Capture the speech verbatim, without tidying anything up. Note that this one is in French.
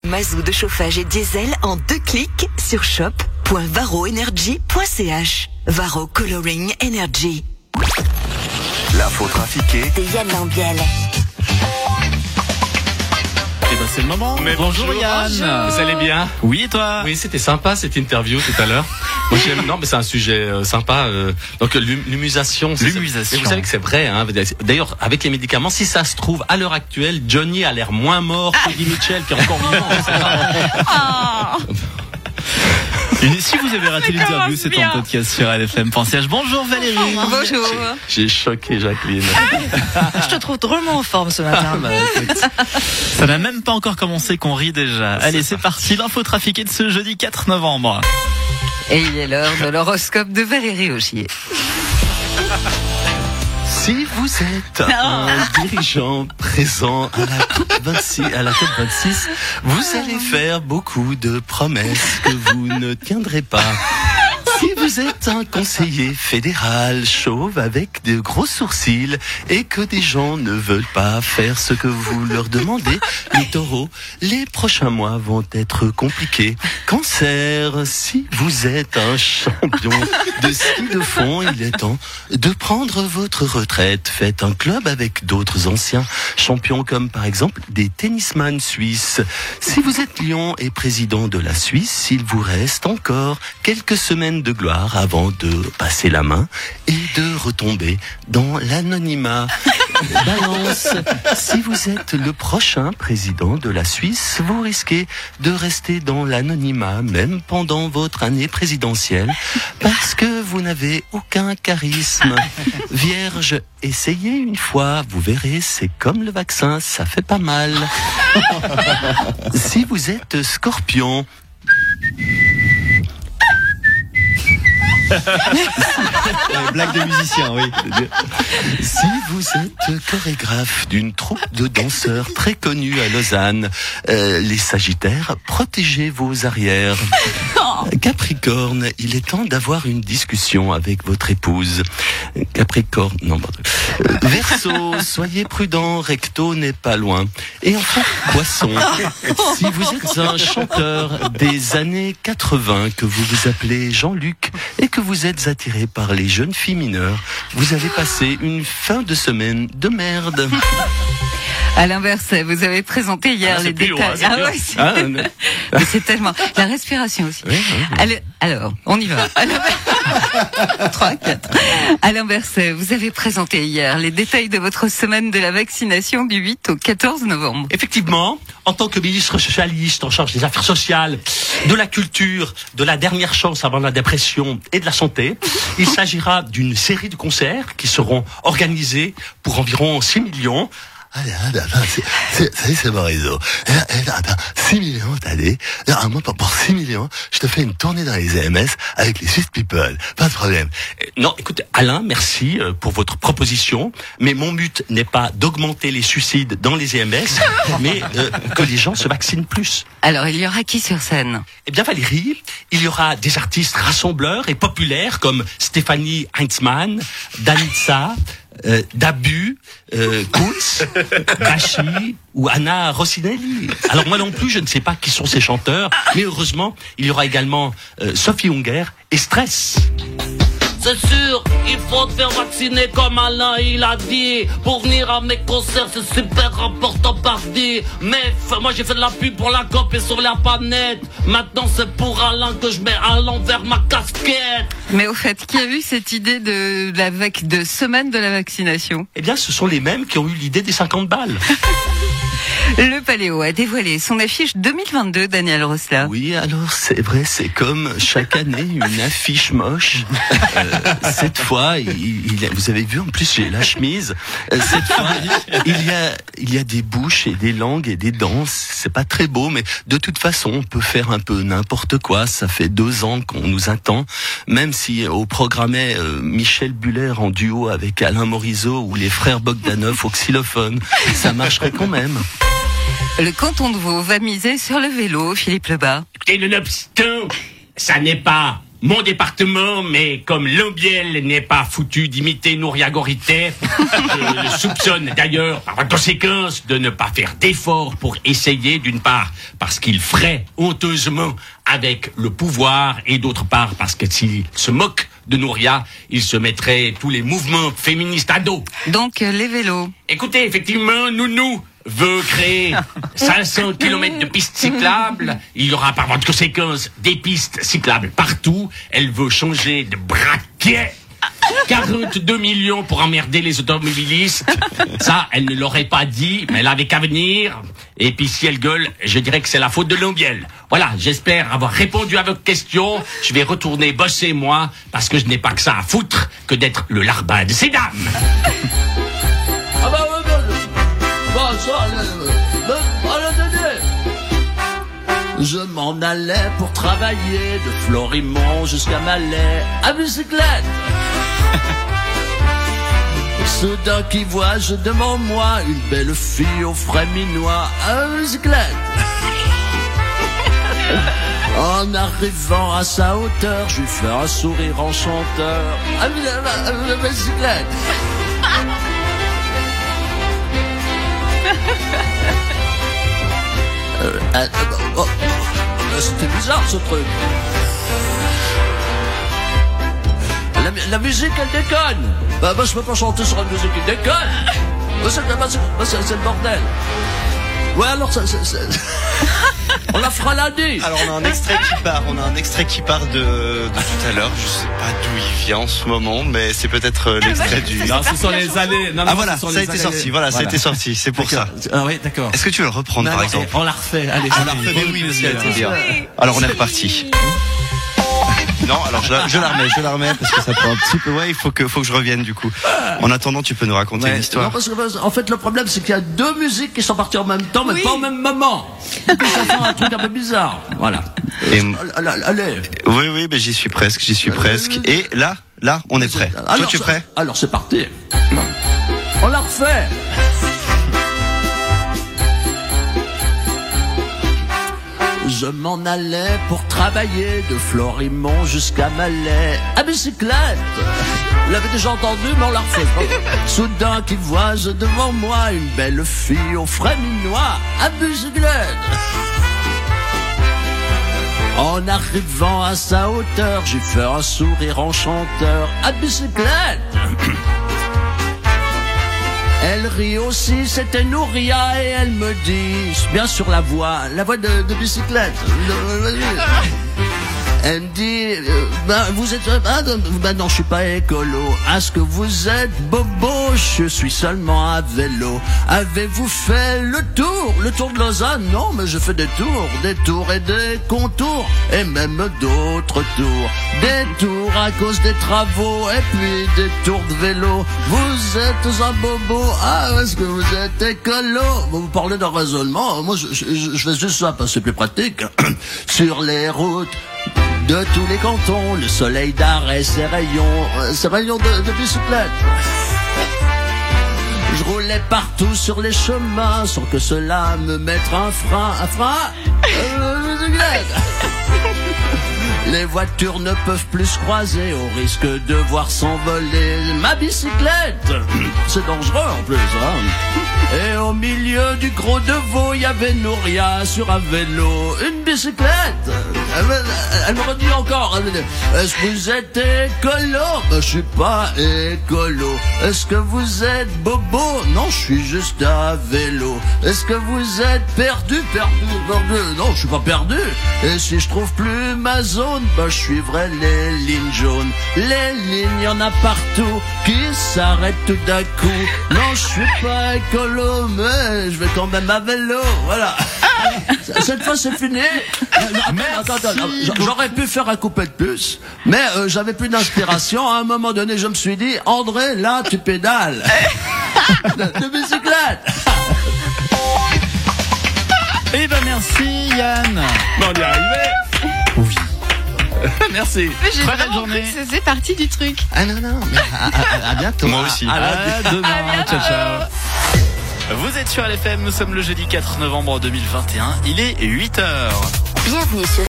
Mazout de chauffage et diesel en deux clics sur shop point varro energy point c h. Varro Coloring Energy. L'info trafiquée de Yann Lambiel. Eh ben c'est le moment. Mais bonjour, bonjour Yann. Bonjour. Vous allez bien? Oui, et toi? Oui, c'était sympa cette interview tout à l'heure. Moi j'aime. Non, mais c'est un sujet euh, sympa. Euh, donc l'hum- l'humusation. C'est, l'humusation. Et vous savez que c'est vrai. Hein, d'ailleurs, avec les médicaments, si ça se trouve, à l'heure actuelle, Johnny a l'air moins mort que Eddie Mitchell qui est encore vivant. Et si vous avez raté l'interview, c'est en podcast sur L F M point C H. Bonjour Valérie. Bonjour. J'ai, j'ai choqué Jacqueline. Je te trouve drôlement en forme ce matin. Ah, bah, écoute, ça n'a même pas encore commencé qu'on rit déjà. Allez, c'est parti, l'info trafiquée de ce jeudi quatre novembre. Et il est l'heure de l'horoscope de Valérie Augier. Si vous êtes un dirigeant présent à la COP vingt-six, à la COP vingt-six, vous allez faire beaucoup de promesses que vous ne tiendrez pas. Si vous êtes un conseiller fédéral chauve avec de gros sourcils et que des gens ne veulent pas faire ce que vous leur demandez, les taureaux, les prochains mois vont être compliqués. Cancer, si vous êtes un champion de ski de fond, il est temps de prendre votre retraite. Faites un club avec d'autres anciens champions comme par exemple des tennisman suisses. Si vous êtes lion et président de la Suisse, il vous reste encore quelques semaines de gloire avant de passer la main et de retomber dans l'anonymat. Balance, si vous êtes le prochain président de la Suisse, vous risquez de rester dans l'anonymat même pendant votre année présidentielle parce que vous n'avez aucun charisme. Vierge, essayez une fois, vous verrez, c'est comme le vaccin, ça fait pas mal. Si vous êtes scorpion, Blague de musicien, oui. Si vous êtes chorégraphe d'une troupe de danseurs très connue à Lausanne, euh, les Sagittaires, protégez vos arrières. Capricorne, il est temps d'avoir une discussion avec votre épouse. Capricorne, non, pardon. Euh, Verseau, soyez prudent, Recto n'est pas loin. Et enfin, Poisson, si vous êtes un chanteur des années quatre-vingts, que vous vous appelez Jean-Luc et que vous êtes attiré par les jeunes filles mineures, vous avez passé une fin de semaine de merde. À l'inverse, vous avez présenté hier ah, les détails. Loin, ah ouais, c'est... Ah, mais... mais c'est tellement la respiration aussi. Oui, oui, oui. Alors, alors, on y va. trois, quatre. À l'inverse, vous avez présenté hier les détails de votre semaine de la vaccination du huit au quatorze novembre. Effectivement, en tant que ministre socialiste en charge des affaires sociales, de la culture, de la dernière chance avant la dépression et de la santé, il s'agira d'une série de concerts qui seront organisés pour environ six millions. Allez, attends, c'est, c'est, c'est, c'est mon réseau. Attends, six millions, t'as dit. Alors, moi, pour six millions, je te fais une tournée dans les A M S avec les Swiss People. Pas de problème. Non, écoute, Alain, merci pour votre proposition, mais mon but n'est pas d'augmenter les suicides dans les A M S, mais euh, que les gens se vaccinent plus. Alors, il y aura qui sur scène? Eh bien, Valérie, il y aura des artistes rassembleurs et populaires comme Stéphanie Heinzmann, Danitza, Euh, Dabu, euh, Kutz, Bachi ou Anna Rossinelli. Alors moi non plus, je ne sais pas qui sont ces chanteurs, mais heureusement, il y aura également euh, Sophie Hunger et Stress. C'est sûr, il faut te faire vacciner comme Alain il a dit. Pour venir à mes concerts, c'est super important pardi. Mais f- moi j'ai fait de la pub pour la COP et sur la planète. Maintenant c'est pour Alain que je mets à l'envers ma casquette. Mais au fait, qui a eu cette idée de la vac- de semaine de la vaccination? Eh bien, ce sont les mêmes qui ont eu l'idée des cinquante balles. Le Paléo a dévoilé son affiche deux mille vingt-deux, Daniel Rosla. Oui, alors c'est vrai, c'est comme chaque année une affiche moche. Euh, cette fois, il, il, vous avez vu, en plus j'ai la chemise. Euh, cette fois, il y a, il y a des bouches et des langues et des dents. C'est pas très beau, mais de toute façon, on peut faire un peu n'importe quoi. Ça fait deux ans qu'on nous attend. Même si au programme euh, Michel Buller en duo avec Alain Morisot ou les frères Bogdanov au xylophone, ça marcherait quand même. Le canton de Vaud va miser sur le vélo, Philippe Lebas. Écoutez, nonobstant, ça n'est pas mon département, mais comme Lambiel n'est pas foutu d'imiter Nouria Gorité, je le soupçonne d'ailleurs, par conséquence, de ne pas faire d'efforts pour essayer, d'une part, parce qu'il ferait honteusement avec le pouvoir, et d'autre part, parce que s'il se moque de Nouria, il se mettrait tous les mouvements féministes à dos. Donc, euh, les vélos. Écoutez, effectivement, Nounou veut créer cinq cents kilomètres de pistes cyclables. Il y aura par voie de conséquence des pistes cyclables partout. Elle veut changer de braquet. quarante-deux millions pour emmerder les automobilistes. Ça, elle ne l'aurait pas dit, mais elle avait qu'à venir. Et puis si elle gueule, je dirais que c'est la faute de Lambiel. Voilà, j'espère avoir répondu à votre question. Je vais retourner bosser, moi, parce que je n'ai pas que ça à foutre que d'être le larbin de ces dames. Ah bah ouais, bah, bah ça, euh, bah, attendez. Je m'en allais pour travailler de Florimont jusqu'à Malais à bicyclette. Soudain qui voit, je devant moi une belle fille au frais minois à bicyclette. En arrivant à sa hauteur, je lui fais un sourire enchanteur à bicyclette. Euh, euh, oh, oh, c'était bizarre ce truc. La, la musique elle déconne. Bah, bah je peux pas chanter sur une musique qui déconne. Bah, c'est, bah, c'est, bah, c'est, c'est le bordel. Ouais alors ça, c'est, c'est... on la fera lundi. Alors on a un extrait qui part, on a un extrait qui part de, de tout à l'heure. Je sais pas d'où il vient en ce moment, mais c'est peut-être euh, l'extrait du. Non, ce sont les années. Non, ah non, voilà, ça a été années... sorti. Voilà, voilà, ça a été sorti. C'est pour d'accord. ça. Ah oui, d'accord. Est-ce que tu veux le reprendre non, par non, exemple? On la refait. Allez, on la refait. Mais oui, parce qu'elle était bien. Alors on est reparti. Non, alors je la, je la remets, je la remets parce que ça prend un petit peu. Ouais, il faut que, faut que je revienne du coup. En attendant, tu peux nous raconter ouais. une histoire. Non, parce que, en fait, le problème, c'est qu'il y a deux musiques qui sont parties en même temps, mais oui. pas au même moment. Et puis ça fait un truc un peu bizarre. Voilà. Et allez, allez. Oui, oui, mais j'y suis presque, j'y suis presque. Et là, là, on est prêt. Alors, toi, tu es prêt? Alors, c'est parti. On la refait. Je m'en allais pour travailler de Florimont jusqu'à Malais à bicyclette. Vous l'avez déjà entendu, mais on la refait. Soudain qui voit devant moi une belle fille au frais minois à bicyclette. En arrivant à sa hauteur, j'ai fait un sourire enchanteur à bicyclette. Elle rit aussi, c'était Nouria, et elle me dit, bien sûr la voix, la voix de, de bicyclette. Elle me dit, euh, ben vous êtes, ah, ben non je suis pas écolo. Est-ce que vous êtes bobo? Je suis seulement à vélo. Avez-vous fait le tour, le tour de Lausanne? Non, mais je fais des tours, des tours et des contours, et même d'autres tours. Des tours à cause des travaux, et puis des tours de vélo. Vous êtes un bobo, ah, est-ce que vous êtes écolo? Vous parlez d'un raisonnement, moi je, je, je fais juste ça parce que c'est plus pratique. Sur les routes de tous les cantons, le soleil d'arrêt, ses rayons, euh, ses rayons de, de bicyclette. Je roulais partout sur les chemins, sans que cela me mette un frein, un frein, euh, bicyclette. Les voitures ne peuvent plus se croiser au risque de voir s'envoler ma bicyclette. C'est dangereux en plus, hein. Et au milieu du gros de veau, il y avait Nouria sur un vélo, une bicyclette. Elle me, elle me redit encore, elle me dit, est-ce que vous êtes écolo? Ben, je suis pas écolo. Est-ce que vous êtes bobo? Non, je suis juste à vélo. Est-ce que vous êtes perdu? Perdu, perdu. Non, je suis pas perdu. Et si je trouve plus ma zone, ben, je suivrai les lignes jaunes. Les lignes, y en a partout qui s'arrêtent tout d'un coup. Non, je suis pas écolo, mais je vais quand même à vélo. Voilà. Cette fois, c'est fini. Attends, attends, attends. J'aurais pu faire un couplet de plus, mais euh, j'avais plus d'inspiration. À un moment donné, je me suis dit, André, là, tu pédales. de, de bicyclette. Eh ben merci Yann. Bon, on y est arrivé. Oui. Merci. Mais j'ai Très belle vraiment journée. cru que ça faisait partie du truc. Ah non, non, mais à, à, à bientôt. Moi aussi. À, à demain. À bientôt. Ciao, ciao. Vous êtes sur L F M, nous sommes le jeudi quatre novembre deux mille vingt et un, il est huit heures. Bienvenue sur